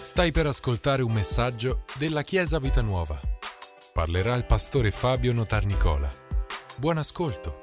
Stai per ascoltare un messaggio della Chiesa Vita Nuova. Parlerà il pastore Fabio Notarnicola. Buon ascolto.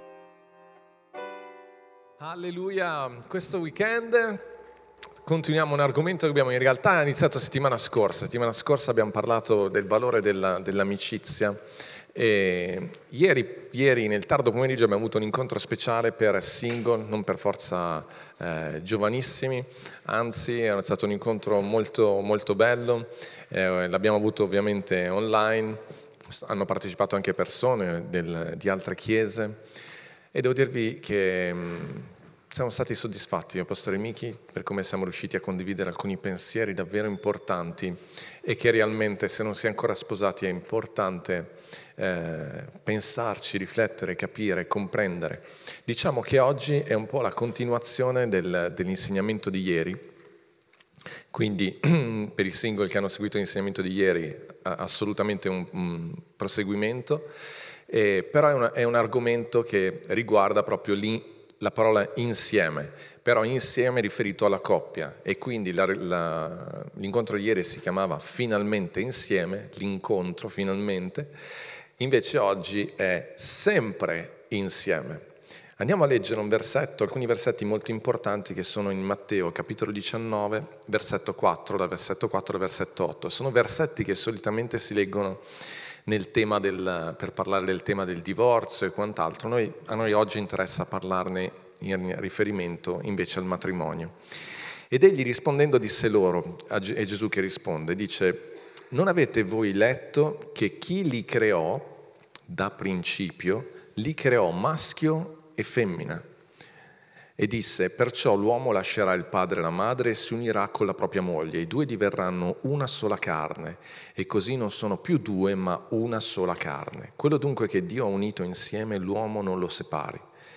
Alleluia, questo weekend continuiamo un argomento che abbiamo in realtà iniziato settimana scorsa. Settimana scorsa abbiamo parlato del valore dell'amicizia e ieri nel tardo pomeriggio abbiamo avuto un incontro speciale per single, non per forza giovanissimi, anzi è stato un incontro molto, molto bello, l'abbiamo avuto ovviamente online, hanno partecipato anche persone di altre chiese e devo dirvi che siamo stati soddisfatti, io e Pastore Michi, per come siamo riusciti a condividere alcuni pensieri davvero importanti e che realmente, se non si è ancora sposati, è importante pensarci, riflettere, capire, comprendere. Diciamo che oggi è un po' la continuazione dell'insegnamento di ieri, quindi per i single che hanno seguito l'insegnamento di ieri assolutamente un proseguimento, però è un argomento che riguarda proprio la parola insieme, però insieme riferito alla coppia, e quindi l'incontro di ieri si chiamava Finalmente Insieme, l'incontro finalmente, invece oggi è sempre insieme. Andiamo a leggere un versetto, alcuni versetti molto importanti che sono in Matteo, capitolo 19, versetto 4, dal versetto 4 al versetto 8. Sono versetti che solitamente si leggono per parlare del tema del divorzio e quant'altro. A noi oggi interessa parlarne in riferimento invece al matrimonio. Ed egli rispondendo disse loro, è Gesù che risponde, dice: non avete voi letto che chi li creò da principio, li creò maschio e femmina? E disse: perciò l'uomo lascerà il padre e la madre e si unirà con la propria moglie, i due diverranno una sola carne, e così non sono più due ma una sola carne. Quello dunque che Dio ha unito insieme, l'uomo non lo separi.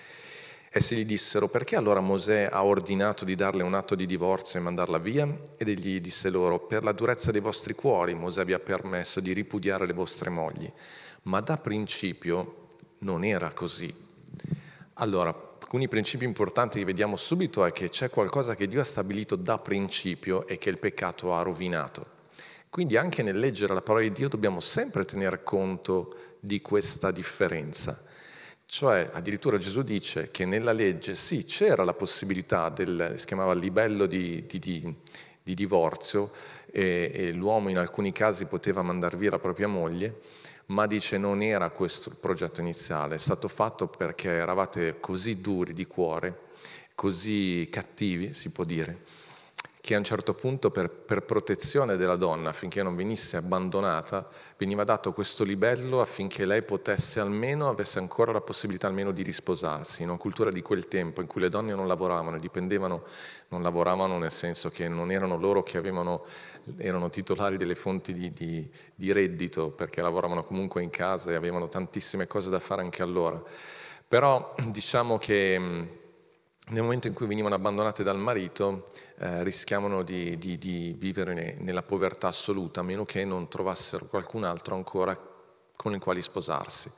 Essi gli dissero: perché allora Mosè ha ordinato di darle un atto di divorzio e mandarla via? Ed egli disse loro: per la durezza dei vostri cuori Mosè vi ha permesso di ripudiare le vostre mogli, ma da principio non era così. Allora, alcuni principi importanti che vediamo subito è che c'è qualcosa che Dio ha stabilito da principio e che il peccato ha rovinato. Quindi anche nel leggere la parola di Dio dobbiamo sempre tener conto di questa differenza. Cioè, addirittura Gesù dice che nella legge sì, c'era la possibilità si chiamava libello di divorzio, e l'uomo in alcuni casi poteva mandar via la propria moglie, ma dice non era questo il progetto iniziale, è stato fatto perché eravate così duri di cuore, così cattivi, si può dire, che a un certo punto per protezione della donna, affinché non venisse abbandonata, veniva dato questo libello affinché lei avesse ancora la possibilità almeno di risposarsi. In una cultura di quel tempo in cui le donne non lavoravano e non lavoravano nel senso che non erano loro che erano titolari delle fonti di reddito, perché lavoravano comunque in casa e avevano tantissime cose da fare anche allora. Però diciamo che nel momento in cui venivano abbandonate dal marito rischiavano di vivere nella povertà assoluta, a meno che non trovassero qualcun altro ancora con il quale sposarsi.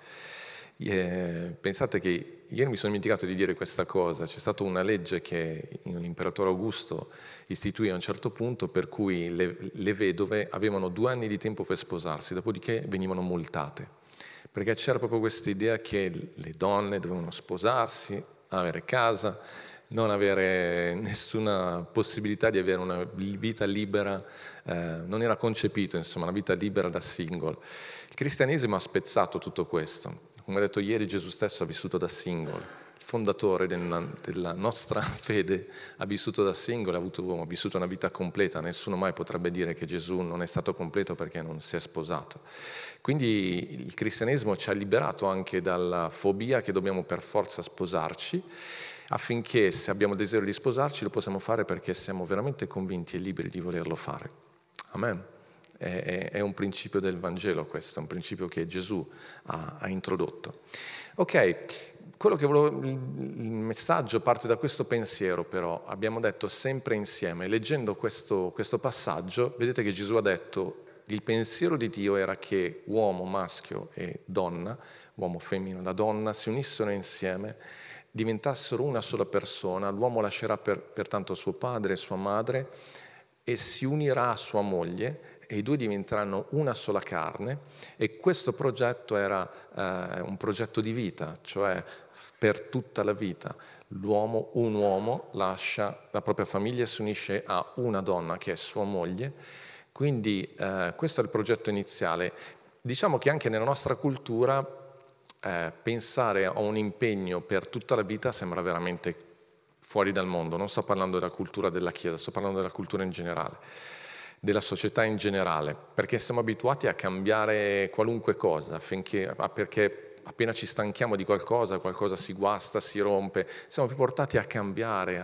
Pensate che ieri mi sono dimenticato di dire questa cosa, c'è stata una legge che l'imperatore Augusto istituì a un certo punto, per cui le vedove avevano 2 anni di tempo per sposarsi, dopodiché venivano multate, perché c'era proprio questa idea che le donne dovevano sposarsi, avere casa, non avere nessuna possibilità di avere una vita libera, non era concepito, insomma, una vita libera da single. Il cristianesimo ha spezzato tutto questo. Come ho detto ieri, Gesù stesso ha vissuto da single. Il fondatore della nostra fede ha vissuto da single, ha vissuto una vita completa. Nessuno mai potrebbe dire che Gesù non è stato completo perché non si è sposato. Quindi il cristianesimo ci ha liberato anche dalla fobia che dobbiamo per forza sposarci, affinché, se abbiamo desiderio di sposarci, lo possiamo fare perché siamo veramente convinti e liberi di volerlo fare. Amen. È un principio del Vangelo questo, è un principio che Gesù ha introdotto. Ok, il messaggio parte da questo pensiero, però abbiamo detto sempre insieme. Leggendo questo passaggio, vedete che Gesù ha detto: il pensiero di Dio era che uomo, maschio e donna, uomo, femmina, la donna, si unissero insieme, diventassero una sola persona. L'uomo lascerà pertanto suo padre e sua madre e si unirà a sua moglie e i due diventeranno una sola carne, e questo progetto era un progetto di vita, cioè per tutta la vita. Un uomo lascia la propria famiglia e si unisce a una donna che è sua moglie, quindi questo è il progetto iniziale. Diciamo che anche nella nostra cultura pensare a un impegno per tutta la vita sembra veramente fuori dal mondo. Non sto parlando della cultura della Chiesa, sto parlando della cultura in generale, della società in generale, perché siamo abituati a cambiare qualunque cosa, perché appena ci stanchiamo di qualcosa si guasta, si rompe, siamo più portati a cambiare,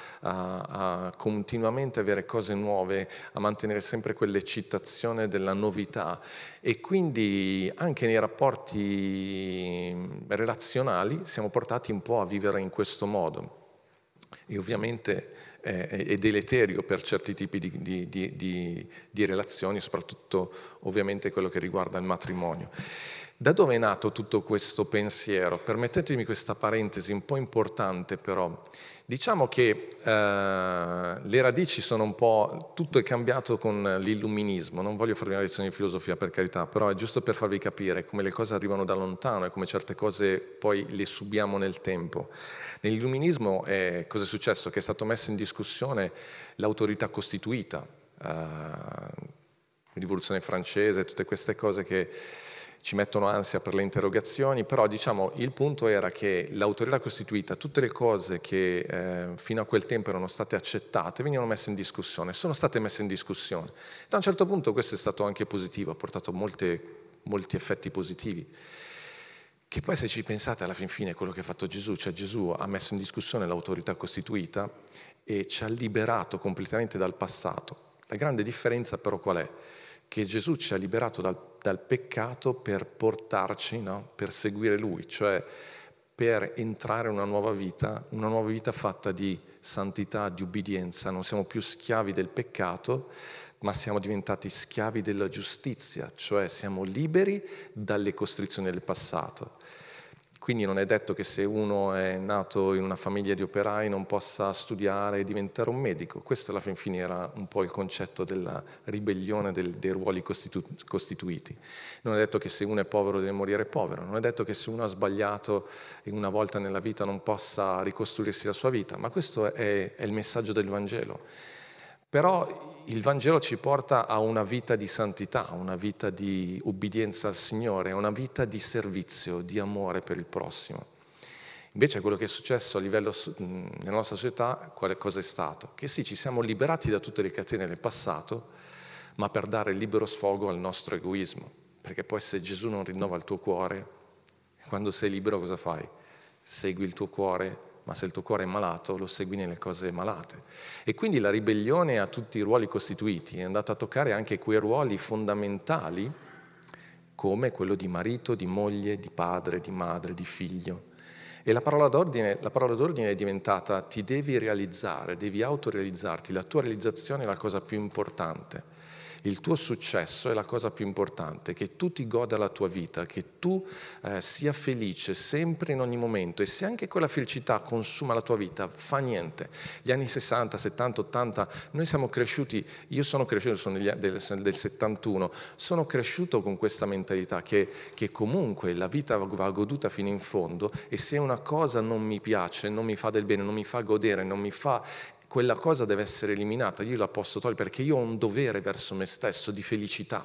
a continuamente avere cose nuove, a mantenere sempre quell'eccitazione della novità, e quindi anche nei rapporti relazionali siamo portati un po' a vivere in questo modo. E ovviamente è deleterio per certi tipi di relazioni, soprattutto ovviamente quello che riguarda il matrimonio. Da dove è nato tutto questo pensiero? Permettetemi questa parentesi un po' importante però. Diciamo che le radici sono un po'... tutto è cambiato con l'illuminismo. Non voglio farvi una lezione di filosofia, per carità, però è giusto per farvi capire come le cose arrivano da lontano e come certe cose poi le subiamo nel tempo. Nell'illuminismo cosa è successo? Che è stato messo in discussione l'autorità costituita, rivoluzione francese, tutte queste cose che ci mettono ansia per le interrogazioni, però diciamo il punto era che l'autorità costituita, tutte le cose che fino a quel tempo erano state accettate, venivano messe in discussione, sono state messe in discussione. Da un certo punto questo è stato anche positivo, ha portato molti effetti positivi, che poi se ci pensate alla fin fine è quello che ha fatto Gesù, cioè Gesù ha messo in discussione l'autorità costituita e ci ha liberato completamente dal passato. La grande differenza però qual è? Che Gesù ci ha liberato dal peccato per portarci, no? Per seguire Lui, cioè per entrare in una nuova vita fatta di santità, di ubbidienza. Non siamo più schiavi del peccato, ma siamo diventati schiavi della giustizia, cioè siamo liberi dalle costrizioni del passato. Quindi non è detto che se uno è nato in una famiglia di operai non possa studiare e diventare un medico. Questo alla fin fine era un po' il concetto della ribellione dei ruoli costituiti. Non è detto che se uno è povero deve morire povero, non è detto che se uno ha sbagliato una volta nella vita non possa ricostruirsi la sua vita, ma questo è il messaggio del Vangelo. Però il Vangelo ci porta a una vita di santità, a una vita di ubbidienza al Signore, a una vita di servizio, di amore per il prossimo. Invece quello che è successo a livello nella nostra società, cosa è stato? Che sì, ci siamo liberati da tutte le catene del passato, ma per dare libero sfogo al nostro egoismo. Perché poi se Gesù non rinnova il tuo cuore, quando sei libero cosa fai? Segui il tuo cuore, ma se il tuo cuore è malato lo segui nelle cose malate. E quindi la ribellione a tutti i ruoli costituiti è andata a toccare anche quei ruoli fondamentali come quello di marito, di moglie, di padre, di madre, di figlio. E la parola d'ordine è diventata: ti devi realizzare, devi autorealizzarti, la tua realizzazione è la cosa più importante. Il tuo successo è la cosa più importante, che tu ti goda la tua vita, che tu sia felice sempre in ogni momento, e se anche quella felicità consuma la tua vita, fa niente. Gli anni 60, 70, 80, noi siamo cresciuti, io sono cresciuto, sono del 71, sono cresciuto con questa mentalità che comunque la vita va goduta fino in fondo, e se una cosa non mi piace, non mi fa del bene, non mi fa godere, non mi fa... quella cosa deve essere eliminata, io la posso togliere perché io ho un dovere verso me stesso di felicità.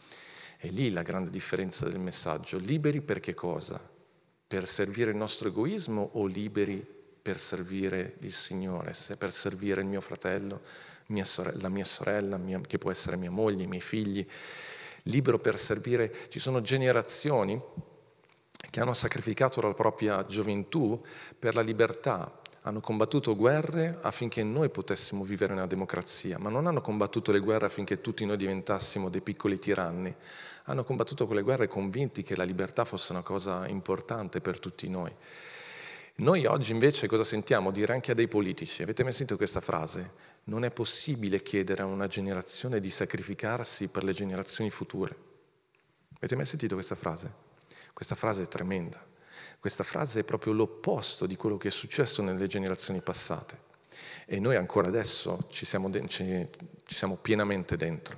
E lì la grande differenza del messaggio: liberi per che cosa? Per servire il nostro egoismo o liberi per servire il Signore, per servire il mio fratello, la mia sorella, che può essere mia moglie, i miei figli? Libero per servire. Ci sono generazioni che hanno sacrificato la propria gioventù per la libertà. Hanno combattuto guerre affinché noi potessimo vivere una democrazia, ma non hanno combattuto le guerre affinché tutti noi diventassimo dei piccoli tiranni. Hanno combattuto quelle guerre convinti che la libertà fosse una cosa importante per tutti noi. Noi oggi invece cosa sentiamo dire anche a dei politici? Avete mai sentito questa frase? Non è possibile chiedere a una generazione di sacrificarsi per le generazioni future. Avete mai sentito questa frase? Questa frase è tremenda. Questa frase è proprio l'opposto di quello che è successo nelle generazioni passate. E noi ancora adesso ci siamo pienamente dentro.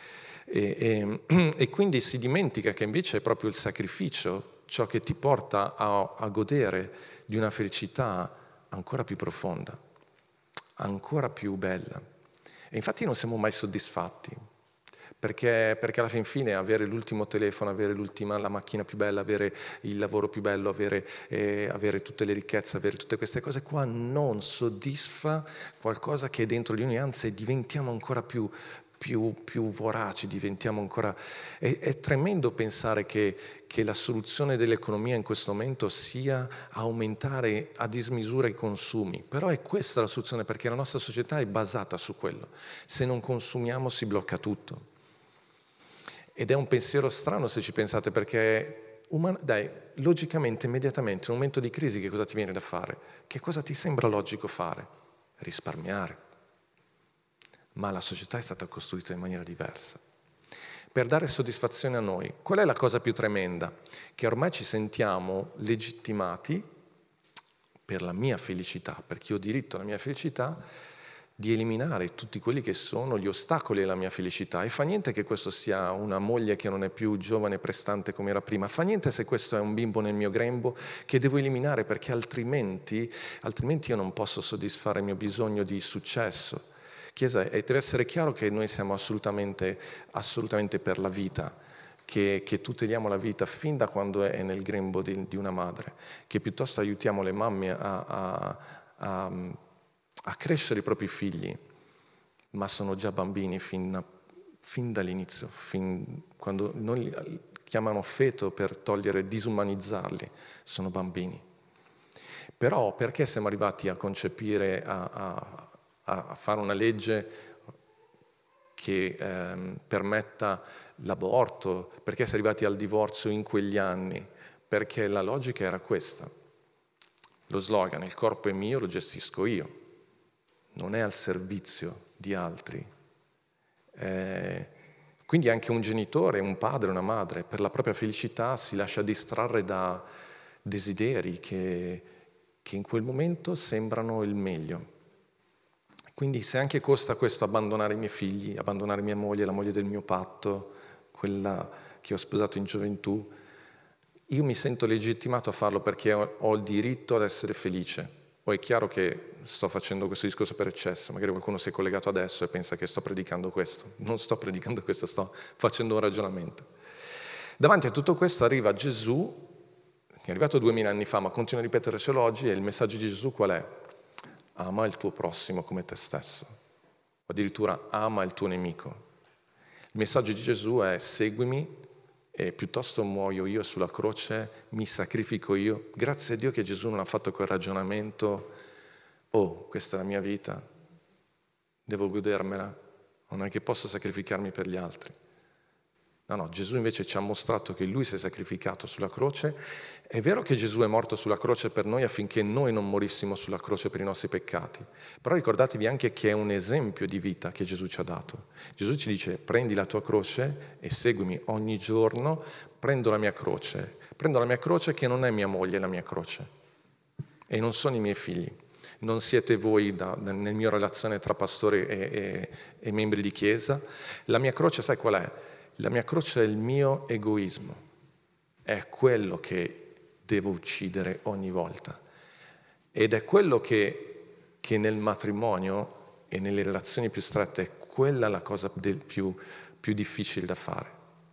E quindi si dimentica che invece è proprio il sacrificio ciò che ti porta a godere di una felicità ancora più profonda, ancora più bella. E infatti non siamo mai soddisfatti, perché alla fin fine avere l'ultimo telefono, avere la macchina più bella, avere il lavoro più bello, avere tutte le ricchezze, avere tutte queste cose qua non soddisfa qualcosa che è dentro di noi, anzi diventiamo ancora più voraci, diventiamo ancora... È tremendo pensare che la soluzione dell'economia in questo momento sia aumentare a dismisura i consumi, però è questa la soluzione, perché la nostra società è basata su quello. Se non consumiamo si blocca tutto. Ed è un pensiero strano se ci pensate, perché logicamente, immediatamente, in un momento di crisi che cosa ti viene da fare? Che cosa ti sembra logico fare? Risparmiare. Ma la società è stata costruita in maniera diversa. Per dare soddisfazione a noi, qual è la cosa più tremenda? Che ormai ci sentiamo legittimati per la mia felicità, perché io ho diritto alla mia felicità, di eliminare tutti quelli che sono gli ostacoli alla mia felicità. E fa niente che questo sia una moglie che non è più giovane e prestante come era prima, fa niente se questo è un bimbo nel mio grembo che devo eliminare, perché altrimenti io non posso soddisfare il mio bisogno di successo. Chiesa, e deve essere chiaro che noi siamo assolutamente per la vita, che tuteliamo la vita fin da quando è nel grembo di una madre, che piuttosto aiutiamo le mamme a crescere i propri figli, ma sono già bambini fin dall'inizio, quando non li chiamano feto per disumanizzarli, sono bambini. Però perché siamo arrivati a concepire, a fare una legge che permetta l'aborto? Perché si è arrivati al divorzio in quegli anni? Perché la logica era questa. Lo slogan, il corpo è mio, lo gestisco io. Non è al servizio di altri. Quindi anche un genitore, un padre, una madre, per la propria felicità si lascia distrarre da desideri che in quel momento sembrano il meglio. Quindi se anche costa questo abbandonare i miei figli, abbandonare mia moglie, la moglie del mio patto, quella che ho sposato in gioventù, io mi sento legittimato a farlo perché ho il diritto ad essere felice. Poi è chiaro che sto facendo questo discorso per eccesso, magari qualcuno si è collegato adesso e pensa che sto predicando questo. Non sto predicando questo, sto facendo un ragionamento. Davanti a tutto questo arriva Gesù, che è arrivato 2000 anni fa, ma continua a ripetercelo oggi, e il messaggio di Gesù qual è? Ama il tuo prossimo come te stesso, o addirittura ama il tuo nemico. Il messaggio di Gesù è: seguimi e piuttosto muoio io sulla croce, mi sacrifico io. Grazie a Dio che Gesù non ha fatto quel ragionamento: oh, questa è la mia vita, devo godermela, non è che posso sacrificarmi per gli altri. No, Gesù invece ci ha mostrato che Lui si è sacrificato sulla croce. È vero che Gesù è morto sulla croce per noi affinché noi non morissimo sulla croce per i nostri peccati, però ricordatevi anche che è un esempio di vita che Gesù ci ha dato. Gesù ci dice: prendi la tua croce e seguimi ogni giorno. Prendo la mia croce che non è mia moglie, la mia croce, e non sono i miei figli. Non siete voi nel mio relazione tra pastore e membri di chiesa. La mia croce, sai qual è? La mia croce è il mio egoismo, è quello che devo uccidere ogni volta. Ed è quello che nel matrimonio e nelle relazioni più strette è quella la cosa più difficile da fare.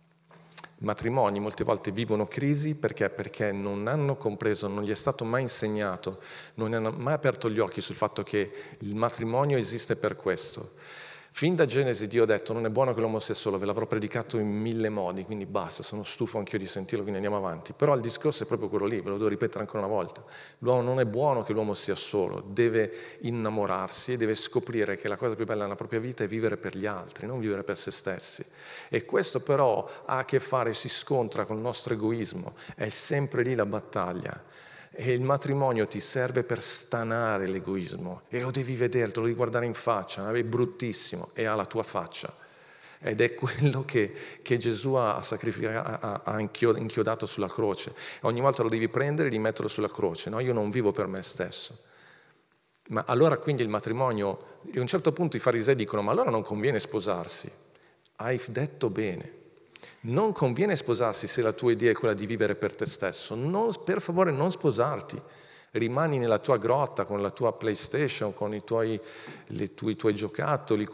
I matrimoni molte volte vivono crisi perché non hanno compreso, non gli è stato mai insegnato, non hanno mai aperto gli occhi sul fatto che il matrimonio esiste per questo. Fin da Genesi Dio ha detto: non è buono che l'uomo sia solo, ve l'avrò predicato in 1000 modi, quindi basta, sono stufo anch'io di sentirlo, quindi andiamo avanti. Però il discorso è proprio quello lì, ve lo devo ripetere ancora una volta. L'uomo non è buono che l'uomo sia solo, deve innamorarsi e deve scoprire che la cosa più bella nella propria vita è vivere per gli altri, non vivere per se stessi. E questo però ha a che fare, si scontra con il nostro egoismo, è sempre lì la battaglia. E il matrimonio ti serve per stanare l'egoismo, e lo devi vedere, te lo devi guardare in faccia, è bruttissimo, e ha la tua faccia. Ed è quello che Gesù ha inchiodato sulla croce. Ogni volta lo devi prendere e rimetterlo sulla croce. No, io non vivo per me stesso, Ma allora quindi il matrimonio, a un certo punto i farisei dicono, ma allora non conviene sposarsi. Hai detto bene, non conviene sposarsi se la tua idea è quella di vivere per te stesso. Per favore non sposarti, rimani nella tua grotta con la tua PlayStation, con i tuoi giocattoli,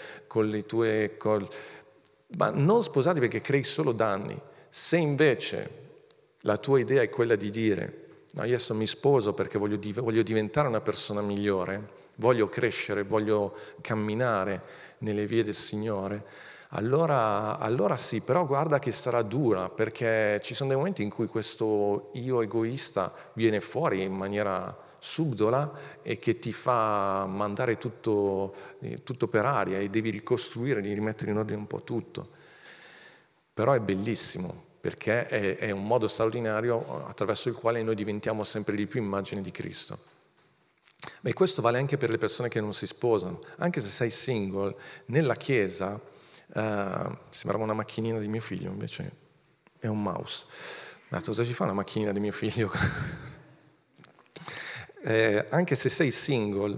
ma non sposarti perché crei solo danni. Se invece la tua idea è quella di dire, no, io adesso mi sposo perché voglio diventare una persona migliore, voglio crescere, voglio camminare nelle vie del Signore, allora sì, però guarda che sarà dura, perché ci sono dei momenti in cui questo io egoista viene fuori in maniera subdola e che ti fa mandare tutto per aria e devi ricostruire, devi rimettere in ordine un po' tutto. Però è bellissimo, perché è un modo straordinario attraverso il quale noi diventiamo sempre di più immagine di Cristo. E questo vale anche per le persone che non si sposano. Anche se sei single, nella Chiesa, sembrava una macchinina di mio figlio, invece è un mouse. Ma cosa ci fa una macchinina di mio figlio? Anche se sei single,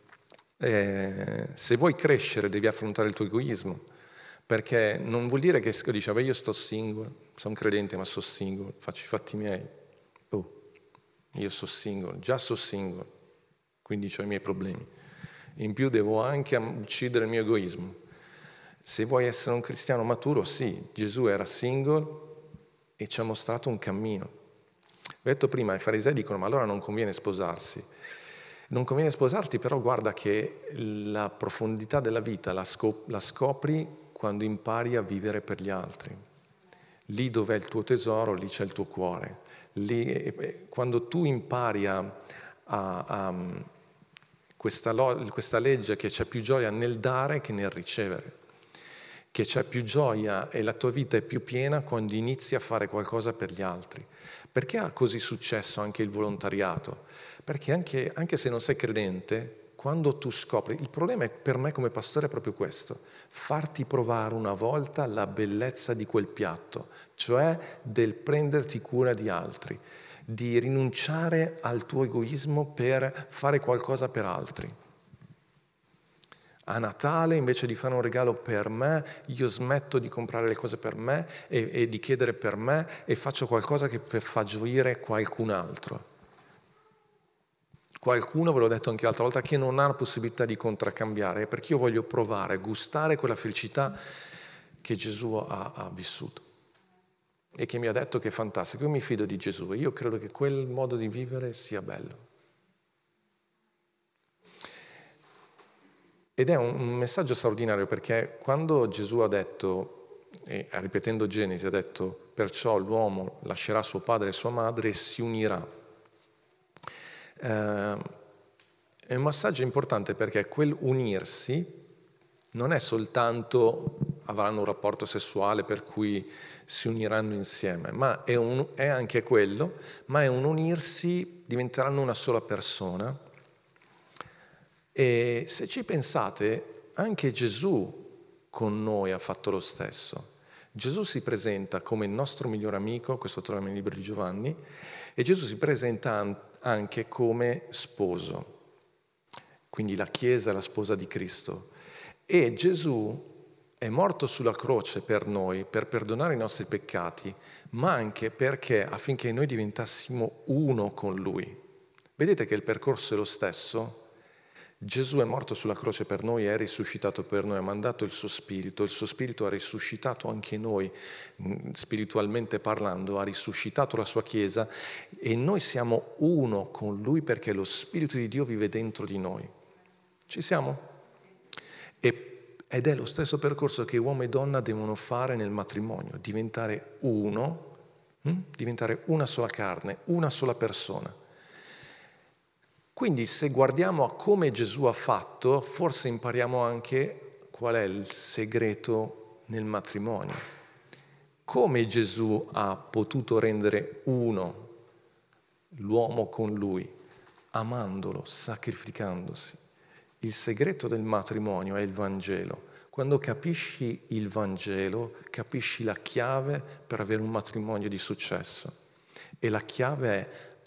se vuoi crescere devi affrontare il tuo egoismo. Perché non vuol dire che dice, io sto single, sono credente ma sono single, faccio i fatti miei. Io sono single, già sono single, quindi ho i miei problemi. In più devo anche uccidere il mio egoismo. Se vuoi essere un cristiano maturo, sì, Gesù era single e ci ha mostrato un cammino. Ho detto prima, i farisei dicono, ma allora non conviene sposarsi. Non conviene sposarti, però guarda che la profondità della vita la scopri quando impari a vivere per gli altri. Lì dov'è il tuo tesoro, lì c'è il tuo cuore. Lì, quando tu impari a questa legge che c'è più gioia nel dare che nel ricevere, che c'è più gioia e la tua vita è più piena quando inizi a fare qualcosa per gli altri. Perché ha così successo anche il volontariato? Perché anche se non sei credente, quando tu scopri, il problema per me come pastore è proprio questo, farti provare una volta la bellezza di quel piatto, cioè del prenderti cura di altri, di rinunciare al tuo egoismo per fare qualcosa per altri. A Natale, invece di fare un regalo per me, io smetto di comprare le cose per me e di chiedere per me e faccio qualcosa che fa gioire qualcun altro. Qualcuno, ve l'ho detto anche l'altra volta, che non ha la possibilità di contraccambiare, perché io voglio provare, gustare quella felicità che Gesù ha vissuto e che mi ha detto che è fantastico. Io mi fido di Gesù e io credo che quel modo di vivere sia bello. Ed è un messaggio straordinario, perché quando Gesù ha detto, ripetendo Genesi, ha detto, perciò l'uomo lascerà suo padre e sua madre e si unirà. È un messaggio importante, perché quel unirsi non è soltanto avranno un rapporto sessuale per cui si uniranno insieme, ma è anche quello, ma è un unirsi, diventeranno una sola persona. E se ci pensate, anche Gesù con noi ha fatto lo stesso. Gesù si presenta come il nostro migliore amico, questo troviamo nel libro di Giovanni, e Gesù si presenta anche come sposo, quindi la Chiesa è la sposa di Cristo. E Gesù è morto sulla croce per noi, per perdonare i nostri peccati, ma anche perché affinché noi diventassimo uno con Lui. Vedete che il percorso è lo stesso? Gesù è morto sulla croce per noi, è risuscitato per noi, ha mandato il suo spirito ha risuscitato anche noi, spiritualmente parlando, ha risuscitato la sua Chiesa e noi siamo uno con Lui perché lo Spirito di Dio vive dentro di noi. Ci siamo? Ed è lo stesso percorso che uomo e donna devono fare nel matrimonio, diventare uno, diventare una sola carne, una sola persona. Quindi se guardiamo a come Gesù ha fatto, forse impariamo anche qual è il segreto nel matrimonio. Come Gesù ha potuto rendere uno l'uomo con Lui, amandolo, sacrificandosi. Il segreto del matrimonio è il Vangelo. Quando capisci il Vangelo, capisci la chiave per avere un matrimonio di successo. E la chiave è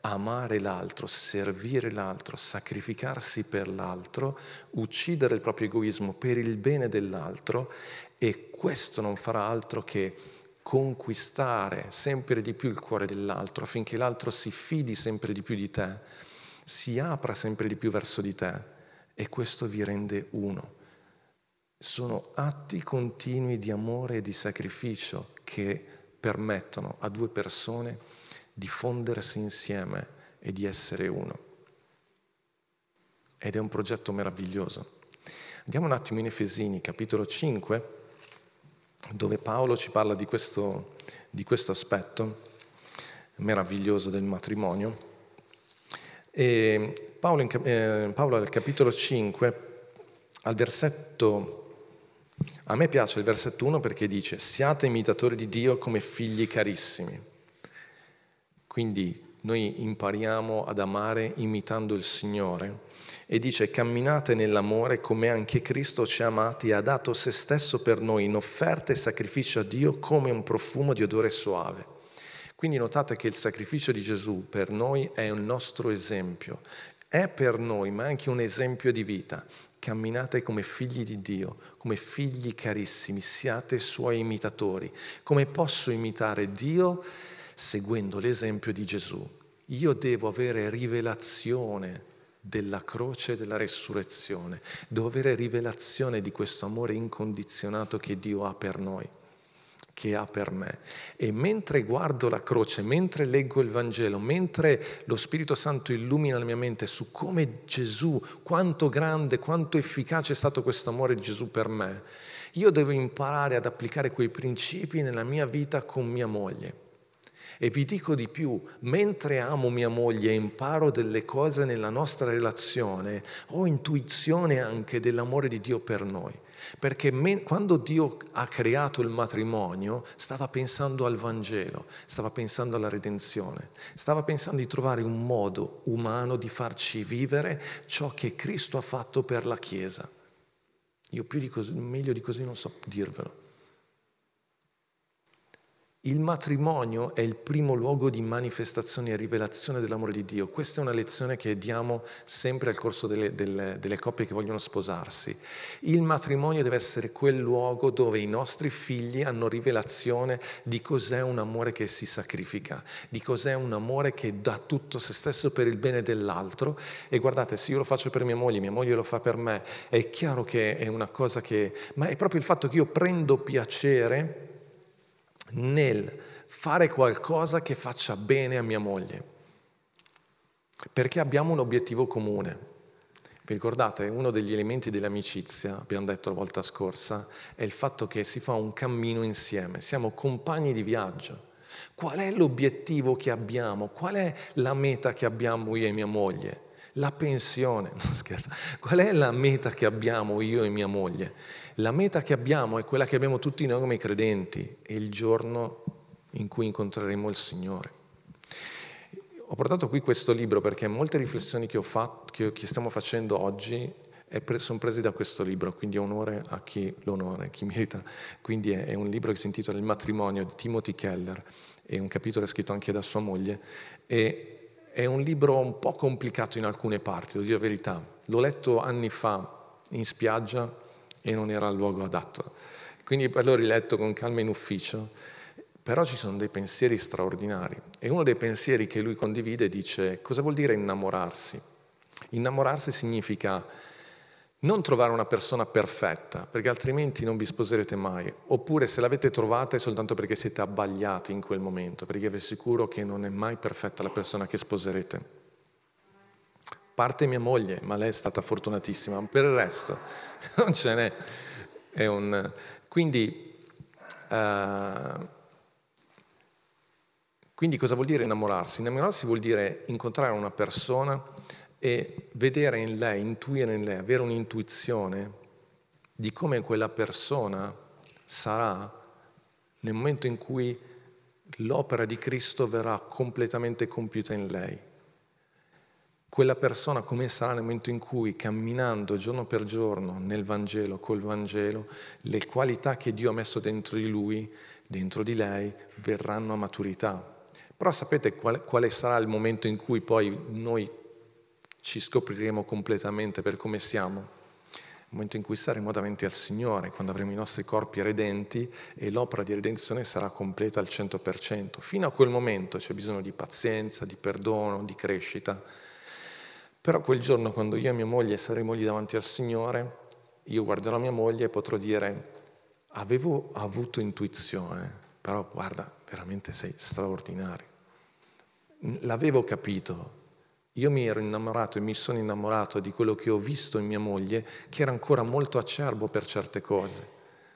amare l'altro, servire l'altro, sacrificarsi per l'altro, uccidere il proprio egoismo per il bene dell'altro, e questo non farà altro che conquistare sempre di più il cuore dell'altro affinché l'altro si fidi sempre di più di te, si apra sempre di più verso di te, e questo vi rende uno. Sono atti continui di amore e di sacrificio che permettono a due persone di fondersi insieme e di essere uno. Ed è un progetto meraviglioso. Andiamo un attimo in Efesini, capitolo 5, dove Paolo ci parla di questo aspetto meraviglioso del matrimonio. E Paolo al capitolo 5, al versetto... A me piace il versetto 1 perché dice: siate imitatori di Dio come figli carissimi. Quindi noi impariamo ad amare imitando il Signore, e dice: camminate nell'amore come anche Cristo ci ha amati e ha dato se stesso per noi in offerta e sacrificio a Dio come un profumo di odore soave. Quindi notate che il sacrificio di Gesù per noi è il nostro esempio, è per noi ma è anche un esempio di vita. Camminate come figli di Dio, come figli carissimi, siate suoi imitatori. Come posso imitare Dio? Seguendo l'esempio di Gesù. Io devo avere rivelazione della croce e della resurrezione, devo avere rivelazione di questo amore incondizionato che Dio ha per noi, che ha per me. E mentre guardo la croce, mentre leggo il Vangelo, mentre lo Spirito Santo illumina la mia mente su come Gesù, quanto grande, quanto efficace è stato questo amore di Gesù per me, io devo imparare ad applicare quei principi nella mia vita con mia moglie. E vi dico di più, mentre amo mia moglie e imparo delle cose nella nostra relazione, ho intuizione anche dell'amore di Dio per noi. Perché quando Dio ha creato il matrimonio, stava pensando al Vangelo, stava pensando alla redenzione, stava pensando di trovare un modo umano di farci vivere ciò che Cristo ha fatto per la Chiesa. Io meglio di così non so dirvelo. Il matrimonio è il primo luogo di manifestazione e rivelazione dell'amore di Dio. Questa è una lezione che diamo sempre al corso delle coppie che vogliono sposarsi. Il matrimonio deve essere quel luogo dove i nostri figli hanno rivelazione di cos'è un amore che si sacrifica, di cos'è un amore che dà tutto se stesso per il bene dell'altro. E guardate, se io lo faccio per mia moglie lo fa per me, è chiaro che è una cosa ma è proprio il fatto che io prendo piacere nel fare qualcosa che faccia bene a mia moglie, perché abbiamo un obiettivo comune. Vi ricordate? Uno degli elementi dell'amicizia, abbiamo detto la volta scorsa, è il fatto che si fa un cammino insieme, siamo compagni di viaggio. Qual è l'obiettivo che abbiamo? Qual è la meta che abbiamo io e mia moglie? La pensione, no scherzo. Qual è la meta che abbiamo io e mia moglie? La meta che abbiamo è quella che abbiamo tutti noi come credenti, è il giorno in cui incontreremo il Signore. Ho portato qui questo libro perché molte riflessioni che ho fatto, che stiamo facendo oggi, sono prese da questo libro, quindi onore a chi l'onore, chi merita. Quindi è un libro che si intitola Il matrimonio di Timothy Keller, e un capitolo è scritto anche da sua moglie, e è un libro un po' complicato in alcune parti, devo dire la verità. L'ho letto anni fa in spiaggia e non era il luogo adatto. Quindi poi l'ho riletto con calma in ufficio, però ci sono dei pensieri straordinari. E uno dei pensieri che lui condivide dice: cosa vuol dire innamorarsi? Innamorarsi significa non trovare una persona perfetta, perché altrimenti non vi sposerete mai. Oppure se l'avete trovata è soltanto perché siete abbagliati in quel momento, perché vi assicuro che non è mai perfetta la persona che sposerete. Parte mia moglie, ma lei è stata fortunatissima, per il resto non ce n'è. Quindi cosa vuol dire innamorarsi? Innamorarsi vuol dire incontrare una persona e vedere in lei, intuire in lei, avere un'intuizione di come quella persona sarà nel momento in cui l'opera di Cristo verrà completamente compiuta in lei. Quella persona come sarà nel momento in cui, camminando giorno per giorno nel Vangelo, col Vangelo, le qualità che Dio ha messo dentro di lui, dentro di lei, verranno a maturità. Però sapete quale sarà il momento in cui poi noi ci scopriremo completamente per come siamo? Il momento in cui saremo davanti al Signore, quando avremo i nostri corpi redenti e l'opera di redenzione sarà completa al 100%. Fino a quel momento c'è bisogno di pazienza, di perdono, di crescita. Però quel giorno, quando io e mia moglie saremo lì davanti al Signore, io guarderò mia moglie e potrò dire: avevo avuto intuizione, però guarda, veramente sei straordinario. L'avevo capito. Io mi ero innamorato e mi sono innamorato di quello che ho visto in mia moglie, che era ancora molto acerbo per certe cose.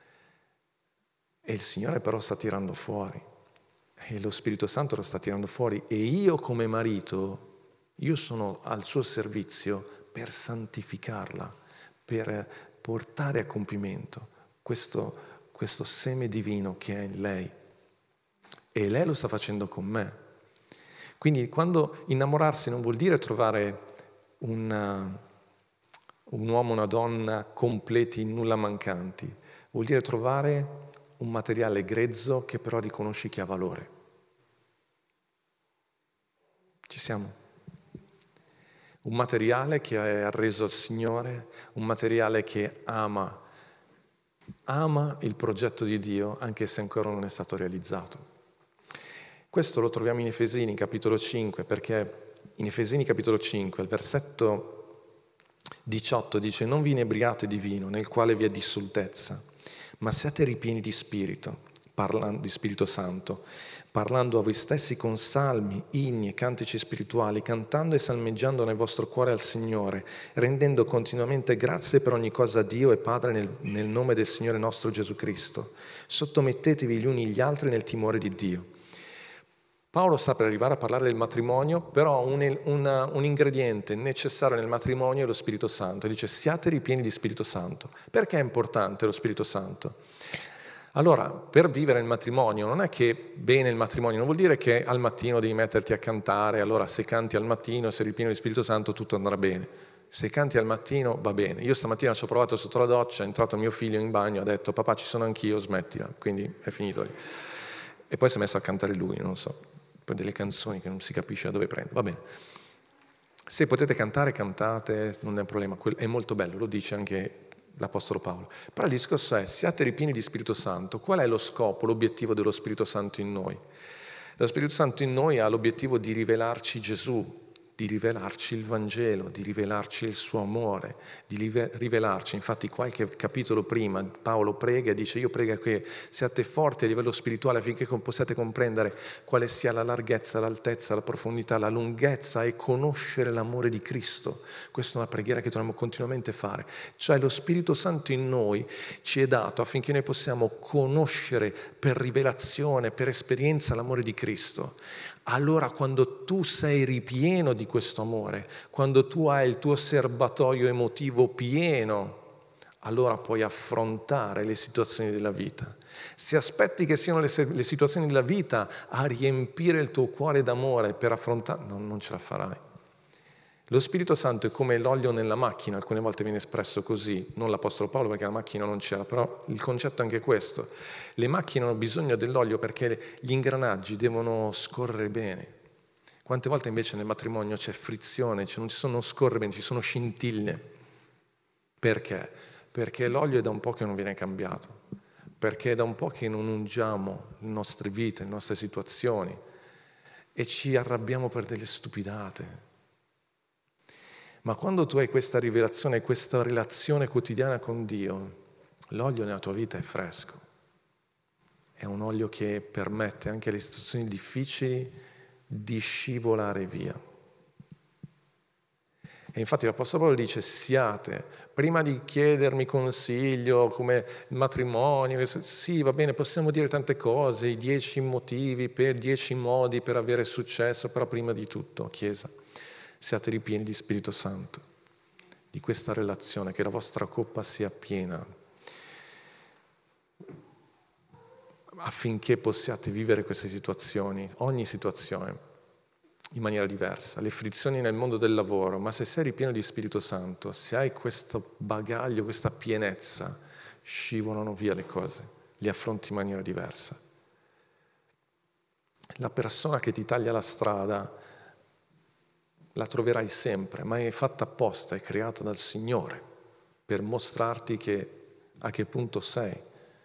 E il Signore però sta tirando fuori. E lo Spirito Santo lo sta tirando fuori. E io come marito, io sono al suo servizio per santificarla, per portare a compimento questo seme divino che è in lei. E lei lo sta facendo con me. Quindi quando innamorarsi non vuol dire trovare un uomo, una donna completi, nulla mancanti, vuol dire trovare un materiale grezzo che però riconosci che ha valore. Ci siamo? Un materiale che è arreso al Signore, un materiale che ama il progetto di Dio anche se ancora non è stato realizzato. Questo lo troviamo in Efesini capitolo 5, perché in Efesini capitolo 5, al versetto 18 dice: non vi inebriate di vino nel quale vi è dissoltezza, ma siate ripieni di Spirito, di Spirito Santo, parlando a voi stessi con salmi, inni e cantici spirituali, cantando e salmeggiando nel vostro cuore al Signore, rendendo continuamente grazie per ogni cosa a Dio e Padre nel nome del Signore nostro Gesù Cristo. Sottomettetevi gli uni gli altri nel timore di Dio. Paolo sta per arrivare a parlare del matrimonio, però un ingrediente necessario nel matrimonio è lo Spirito Santo. Dice: siate ripieni di Spirito Santo. Perché è importante lo Spirito Santo? Allora, per vivere il matrimonio, non è che bene il matrimonio, non vuol dire che al mattino devi metterti a cantare, allora se canti al mattino, se ripieni di Spirito Santo, tutto andrà bene. Se canti al mattino va bene. Io stamattina ci ho provato sotto la doccia, è entrato mio figlio in bagno, ha detto: papà, ci sono anch'io, smettila. Quindi è finito lì. E poi si è messo a cantare lui, non so, poi delle canzoni che non si capisce da dove prende. Va bene. Se potete cantare, cantate, non è un problema, è molto bello, lo dice anche l'Apostolo Paolo. Però il discorso è: siate ripieni di Spirito Santo. Qual è lo scopo, l'obiettivo dello Spirito Santo in noi? Lo Spirito Santo in noi ha l'obiettivo di rivelarci Gesù, di rivelarci il Vangelo, di rivelarci il suo amore, di rivelarci. Infatti qualche capitolo prima Paolo prega e dice: io prego che siate forti a livello spirituale affinché possiate comprendere quale sia la larghezza, l'altezza, la profondità, la lunghezza e conoscere l'amore di Cristo. Questa è una preghiera che dobbiamo continuamente fare. Cioè lo Spirito Santo in noi ci è dato affinché noi possiamo conoscere per rivelazione, per esperienza l'amore di Cristo. Allora quando tu sei ripieno di questo amore, quando tu hai il tuo serbatoio emotivo pieno, allora puoi affrontare le situazioni della vita. Se aspetti che siano le situazioni della vita a riempire il tuo cuore d'amore per affrontare, non ce la farai. Lo Spirito Santo è come l'olio nella macchina, alcune volte viene espresso così, non l'Apostolo Paolo perché la macchina non c'era, però il concetto è anche questo. Le macchine hanno bisogno dell'olio perché gli ingranaggi devono scorrere bene. Quante volte invece nel matrimonio c'è frizione, non scorre bene, ci sono scintille. Perché? Perché l'olio è da un po' che non viene cambiato, perché è da un po' che non ungiamo le nostre vite, le nostre situazioni e ci arrabbiamo per delle stupidate. Ma quando tu hai questa rivelazione, questa relazione quotidiana con Dio, l'olio nella tua vita è fresco. È un olio che permette anche alle situazioni difficili di scivolare via. E infatti l'Apostolo Paolo dice: siate, prima di chiedermi consiglio come matrimonio, sì, va bene, possiamo dire tante cose, i 10 motivi, 10 modi per avere successo, però prima di tutto, Chiesa, siate ripieni di Spirito Santo, di questa relazione, che la vostra coppa sia piena, affinché possiate vivere queste situazioni, ogni situazione, in maniera diversa. Le frizioni nel mondo del lavoro, ma se sei ripieno di Spirito Santo, se hai questo bagaglio, questa pienezza, scivolano via le cose, le affronti in maniera diversa. La persona che ti taglia la strada la troverai sempre, ma è fatta apposta, è creata dal Signore per mostrarti a che punto sei.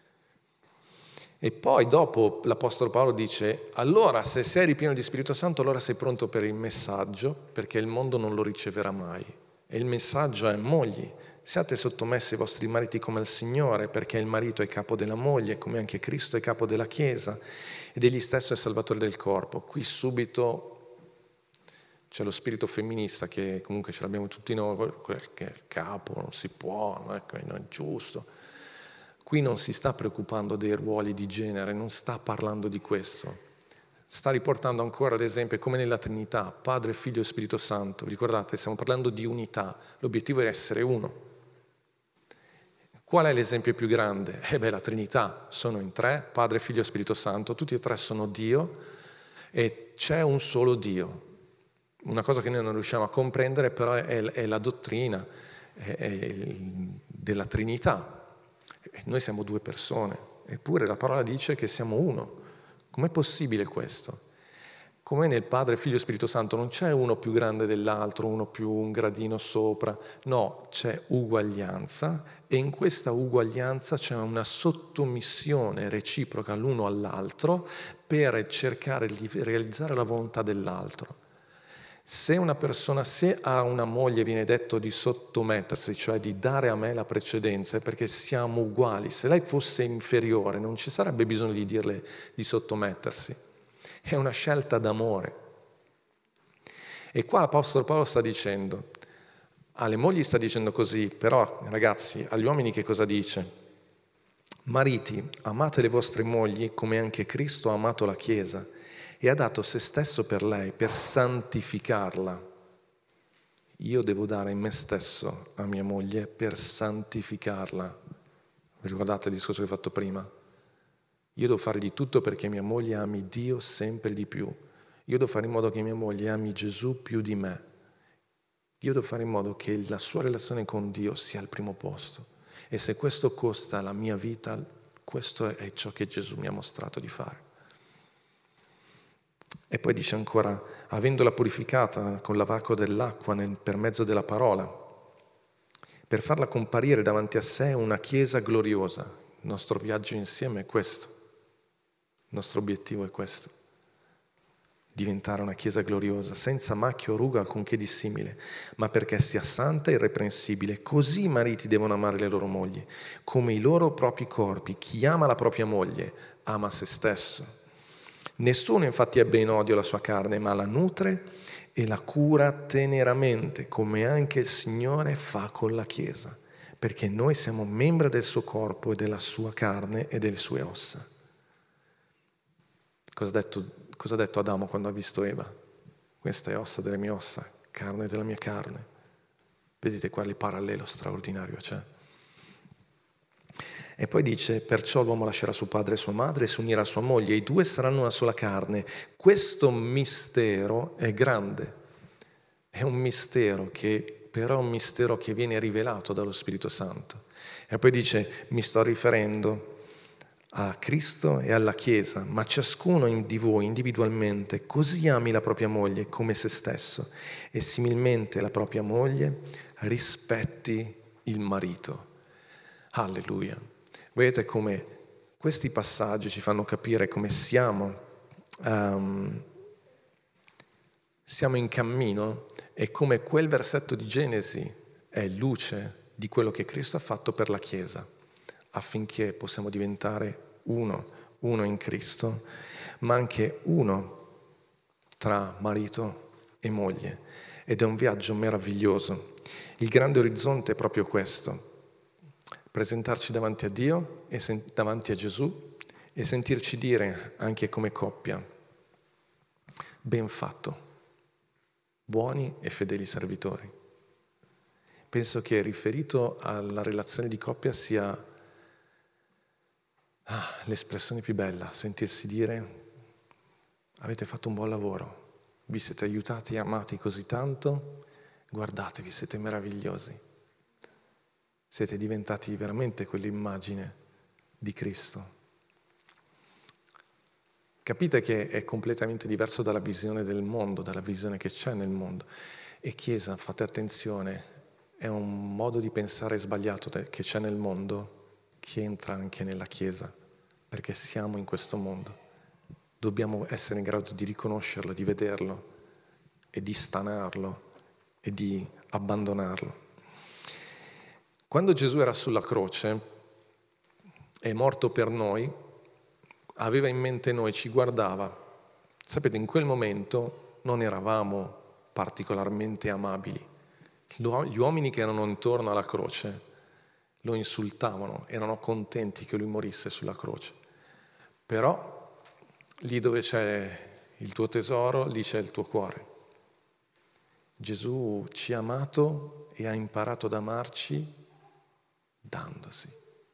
E poi dopo l'Apostolo Paolo dice: allora se sei ripieno di Spirito Santo, allora sei pronto per il messaggio, perché il mondo non lo riceverà mai. E il messaggio è: mogli, siate sottomessi ai vostri mariti come al Signore, perché il marito è capo della moglie, come anche Cristo è capo della Chiesa, ed egli stesso è salvatore del corpo. Qui subito c'è lo spirito femminista, che comunque ce l'abbiamo tutti noi, che è il capo, non si può, non è giusto. Qui non si sta preoccupando dei ruoli di genere, non sta parlando di questo. Sta riportando ancora, ad esempio, come nella Trinità, Padre, Figlio e Spirito Santo. Vi ricordate, stiamo parlando di unità, l'obiettivo è essere uno. Qual è l'esempio più grande? La Trinità, sono in tre, Padre, Figlio e Spirito Santo, tutti e tre sono Dio e c'è un solo Dio. Una cosa che noi non riusciamo a comprendere però è la dottrina della Trinità. Noi siamo due persone, eppure la parola dice che siamo uno. Com'è possibile questo? Come nel Padre, Figlio e Spirito Santo non c'è uno più grande dell'altro, uno più un gradino sopra, no, c'è uguaglianza e in questa uguaglianza c'è una sottomissione reciproca l'uno all'altro per cercare di realizzare la volontà dell'altro. Se una persona, se a una moglie viene detto di sottomettersi, cioè di dare a me la precedenza, è perché siamo uguali. Se lei fosse inferiore non ci sarebbe bisogno di dirle di sottomettersi. È una scelta d'amore. E qua l'Apostolo Paolo sta dicendo, alle mogli sta dicendo così, però ragazzi, agli uomini che cosa dice? Mariti, amate le vostre mogli come anche Cristo ha amato la Chiesa e ha dato se stesso per lei, per santificarla. Io devo dare me stesso a mia moglie per santificarla. Vi ricordate il discorso che ho fatto prima? Io devo fare di tutto perché mia moglie ami Dio sempre di più. Io devo fare in modo che mia moglie ami Gesù più di me. Io devo fare in modo che la sua relazione con Dio sia al primo posto. E se questo costa la mia vita, questo è ciò che Gesù mi ha mostrato di fare. E poi dice ancora, avendola purificata con l'avaco dell'acqua per mezzo della parola, per farla comparire davanti a sé una chiesa gloriosa. Il nostro viaggio insieme è questo, il nostro obiettivo è questo, diventare una chiesa gloriosa, senza macchia o ruga alcunché di simile, ma perché sia santa e irreprensibile. Così i mariti devono amare le loro mogli, come i loro propri corpi. Chi ama la propria moglie ama se stesso. Nessuno infatti ebbe in odio la sua carne, ma la nutre e la cura teneramente, come anche il Signore fa con la Chiesa, perché noi siamo membri del suo corpo e della sua carne e delle sue ossa. Cosa ha detto Adamo quando ha visto Eva? Questa è ossa delle mie ossa, carne della mia carne. Vedete qua il parallelo straordinario c'è. E poi dice, perciò l'uomo lascerà suo padre e sua madre e si unirà a sua moglie, i due saranno una sola carne. Questo mistero è grande, è un mistero che però è un mistero che viene rivelato dallo Spirito Santo. E poi dice, mi sto riferendo a Cristo e alla Chiesa, ma ciascuno di voi individualmente così ami la propria moglie come se stesso e similmente la propria moglie rispetti il marito. Alleluia. Vedete come questi passaggi ci fanno capire come siamo in cammino e come quel versetto di Genesi è luce di quello che Cristo ha fatto per la Chiesa, affinché possiamo diventare uno in Cristo, ma anche uno tra marito e moglie. Ed è un viaggio meraviglioso. Il grande orizzonte è proprio questo. Presentarci davanti a Dio e davanti a Gesù e sentirci dire anche come coppia, ben fatto, buoni e fedeli servitori. Penso che riferito alla relazione di coppia sia l'espressione più bella, sentirsi dire avete fatto un buon lavoro, vi siete aiutati e amati così tanto, guardatevi, siete meravigliosi. Siete diventati veramente quell'immagine di Cristo. Capite che è completamente diverso dalla visione del mondo, dalla visione che c'è nel mondo. E Chiesa, fate attenzione, è un modo di pensare sbagliato che c'è nel mondo che entra anche nella Chiesa, perché siamo in questo mondo. Dobbiamo essere in grado di riconoscerlo, di vederlo e di stanarlo e di abbandonarlo. Quando Gesù era sulla croce, è morto per noi, aveva in mente noi, ci guardava. Sapete, in quel momento non eravamo particolarmente amabili. Gli uomini che erano intorno alla croce lo insultavano, erano contenti che lui morisse sulla croce. Però lì dove c'è il tuo tesoro, lì c'è il tuo cuore. Gesù ci ha amato e ha imparato ad amarci dandosi.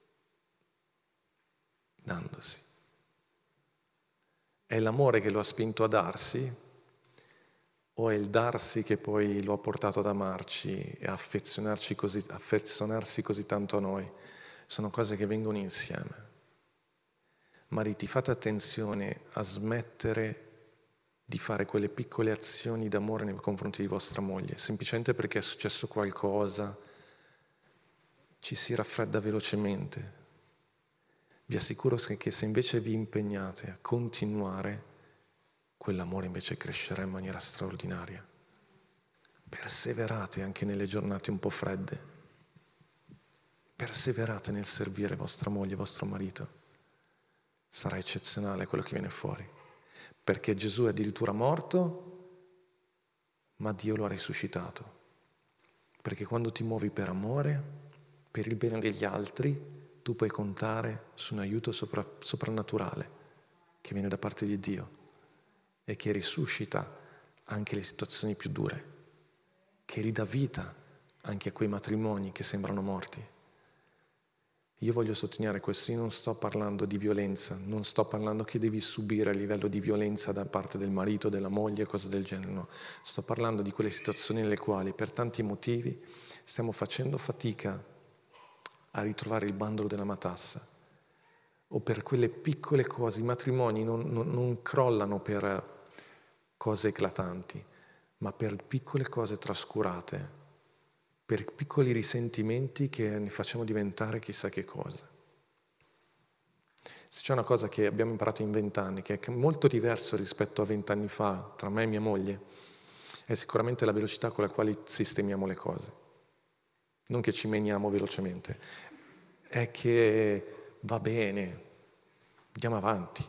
È l'amore che lo ha spinto a darsi o è il darsi che poi lo ha portato ad amarci e a affezionarsi così tanto a noi? Sono cose che vengono insieme. Mariti, fate attenzione a smettere di fare quelle piccole azioni d'amore nei confronti di vostra moglie, semplicemente perché è successo qualcosa, ci si raffredda velocemente. Vi assicuro che se invece vi impegnate a continuare, quell'amore invece crescerà in maniera straordinaria. Perseverate anche nelle giornate un po' fredde. Perseverate nel servire vostra moglie, vostro marito. Sarà eccezionale quello che viene fuori. Perché Gesù è addirittura morto, ma Dio lo ha risuscitato. Perché quando ti muovi per amore, per il bene degli altri, tu puoi contare su un aiuto soprannaturale che viene da parte di Dio e che risuscita anche le situazioni più dure, che ridà vita anche a quei matrimoni che sembrano morti. Io voglio sottolineare questo, io non sto parlando di violenza, non sto parlando che devi subire a livello di violenza da parte del marito, della moglie, cose del genere, no. Sto parlando di quelle situazioni nelle quali per tanti motivi stiamo facendo fatica a ritrovare il bandolo della matassa, o per quelle piccole cose. I matrimoni non crollano per cose eclatanti, ma per piccole cose trascurate, per piccoli risentimenti che ne facciamo diventare chissà che cosa. Se c'è una cosa che abbiamo imparato in 20 anni, che è molto diverso rispetto a 20 anni fa, tra me e mia moglie, è sicuramente la velocità con la quale sistemiamo le cose. Non che ci meniamo velocemente, è che va bene, andiamo avanti.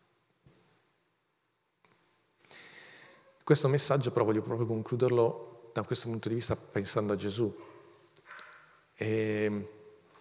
Questo messaggio però voglio proprio concluderlo da questo punto di vista pensando a Gesù. E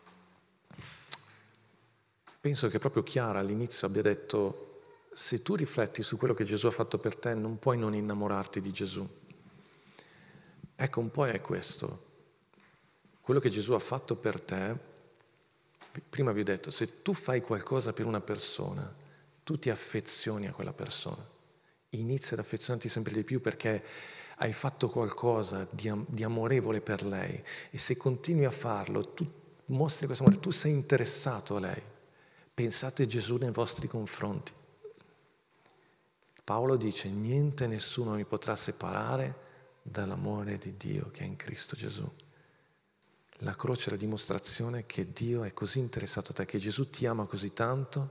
penso che proprio Chiara all'inizio abbia detto: se tu rifletti su quello che Gesù ha fatto per te, non puoi non innamorarti di Gesù. Ecco, un po' è questo. Quello che Gesù ha fatto per te, prima vi ho detto, se tu fai qualcosa per una persona, tu ti affezioni a quella persona. Inizi ad affezionarti sempre di più perché hai fatto qualcosa di amorevole per lei, e se continui a farlo, tu mostri questo amore, tu sei interessato a lei. Pensate a Gesù nei vostri confronti. Paolo dice: niente, nessuno mi potrà separare dall'amore di Dio che è in Cristo Gesù. La croce è la dimostrazione che Dio è così interessato a te, che Gesù ti ama così tanto,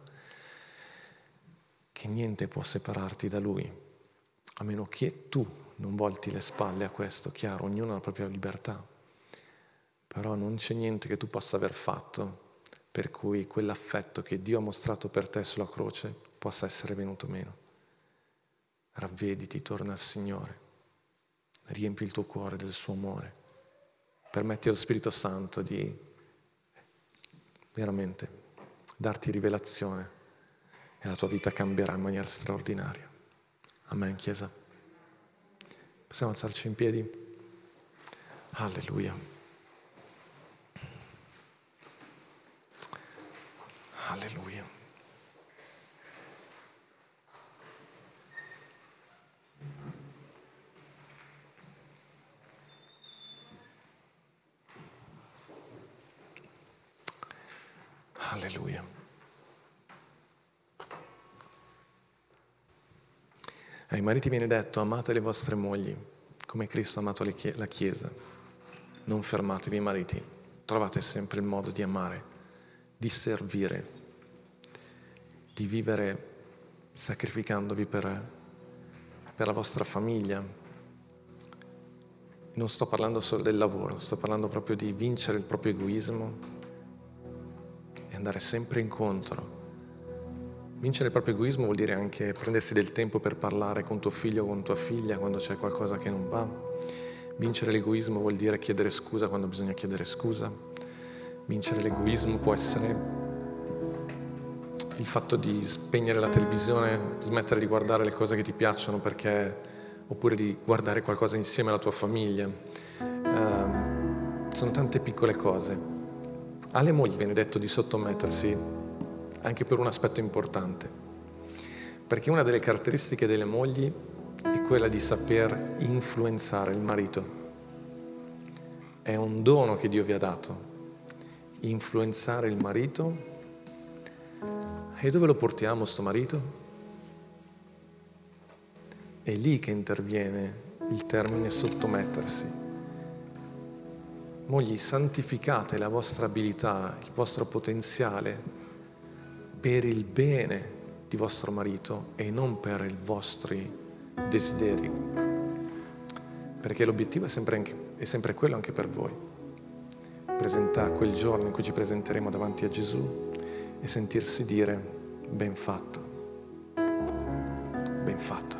che niente può separarti da Lui, a meno che tu non volti le spalle a questo. Chiaro, ognuno ha la propria libertà, però non c'è niente che tu possa aver fatto per cui quell'affetto che Dio ha mostrato per te sulla croce possa essere venuto meno. Ravvediti, torna al Signore, riempi il tuo cuore del suo amore. Permetti allo Spirito Santo di veramente darti rivelazione e la tua vita cambierà in maniera straordinaria. Amen, Chiesa. Possiamo alzarci in piedi? Alleluia. Alleluia. Alleluia. Ai mariti viene detto: amate le vostre mogli come Cristo ha amato la Chiesa. Non fermatevi, mariti, trovate sempre il modo di amare, di servire, di vivere sacrificandovi per la vostra famiglia. Non sto parlando solo del lavoro, sto parlando proprio di vincere il proprio egoismo e andare sempre incontro. Vincere il proprio egoismo vuol dire anche prendersi del tempo per parlare con tuo figlio o con tua figlia quando c'è qualcosa che non va. Vincere l'egoismo vuol dire chiedere scusa quando bisogna chiedere scusa. Vincere l'egoismo può essere il fatto di spegnere la televisione, smettere di guardare le cose che ti piacciono oppure di guardare qualcosa insieme alla tua famiglia. Sono tante piccole cose. Alle mogli viene detto di sottomettersi anche per un aspetto importante, perché una delle caratteristiche delle mogli è quella di saper influenzare il marito. È un dono che Dio vi ha dato, influenzare il marito. E dove lo portiamo sto marito? È lì che interviene il termine sottomettersi. Mogli, santificate la vostra abilità, il vostro potenziale per il bene di vostro marito e non per i vostri desideri, perché l'obiettivo è sempre quello anche per voi: presentare quel giorno in cui ci presenteremo davanti a Gesù e sentirsi dire: ben fatto, ben fatto,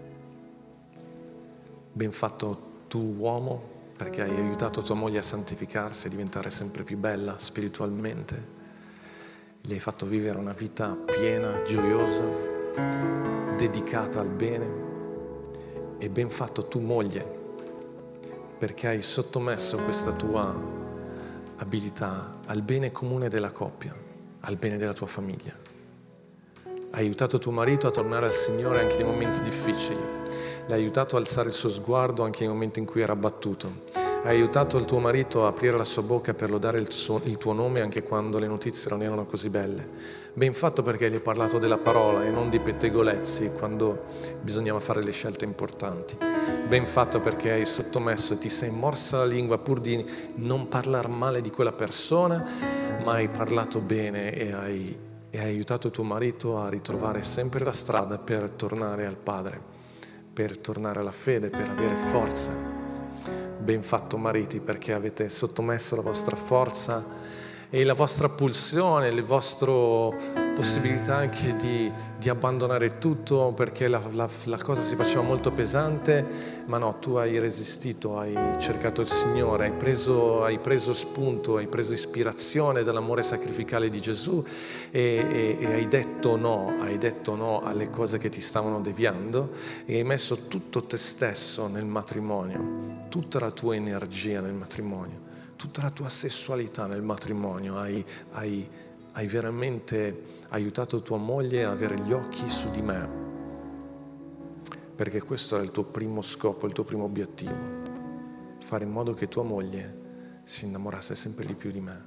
ben fatto tu uomo, perché hai aiutato tua moglie a santificarsi, a diventare sempre più bella spiritualmente. Gli hai fatto vivere una vita piena, gioiosa, dedicata al bene. E ben fatto tu moglie, perché hai sottomesso questa tua abilità al bene comune della coppia, al bene della tua famiglia. Hai aiutato tuo marito a tornare al Signore anche nei momenti difficili. L'hai aiutato a alzare il suo sguardo anche nei momenti in cui era abbattuto. Hai aiutato il tuo marito a aprire la sua bocca per lodare il tuo nome anche quando le notizie non erano così belle. Ben fatto, perché gli hai parlato della parola e non di pettegolezzi quando bisognava fare le scelte importanti. Ben fatto, perché hai sottomesso e ti sei morsa la lingua pur di non parlare male di quella persona, ma hai parlato bene e hai aiutato il tuo marito a ritrovare sempre la strada per tornare al Padre, per tornare alla fede, per avere forza. Ben fatto mariti, perché avete sottomesso la vostra forza e la vostra pulsione, le vostre possibilità anche di abbandonare tutto, perché la cosa si faceva molto pesante, ma no, tu hai resistito, hai cercato il Signore, hai preso spunto, hai preso ispirazione dall'amore sacrificale di Gesù e hai detto no alle cose che ti stavano deviando e hai messo tutto te stesso nel matrimonio, tutta la tua energia nel matrimonio, tutta la tua sessualità nel matrimonio. Hai veramente aiutato tua moglie a avere gli occhi su di me, perché questo era il tuo primo scopo, il tuo primo obiettivo: fare in modo che tua moglie si innamorasse sempre di più di me.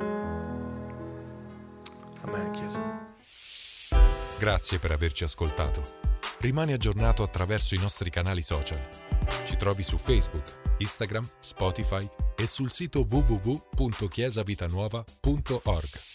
Amen, Chiesa. Grazie per averci ascoltato. Rimani aggiornato attraverso i nostri canali social. Ci trovi su Facebook, Instagram, Spotify e sul sito www.chiesavitanuova.org.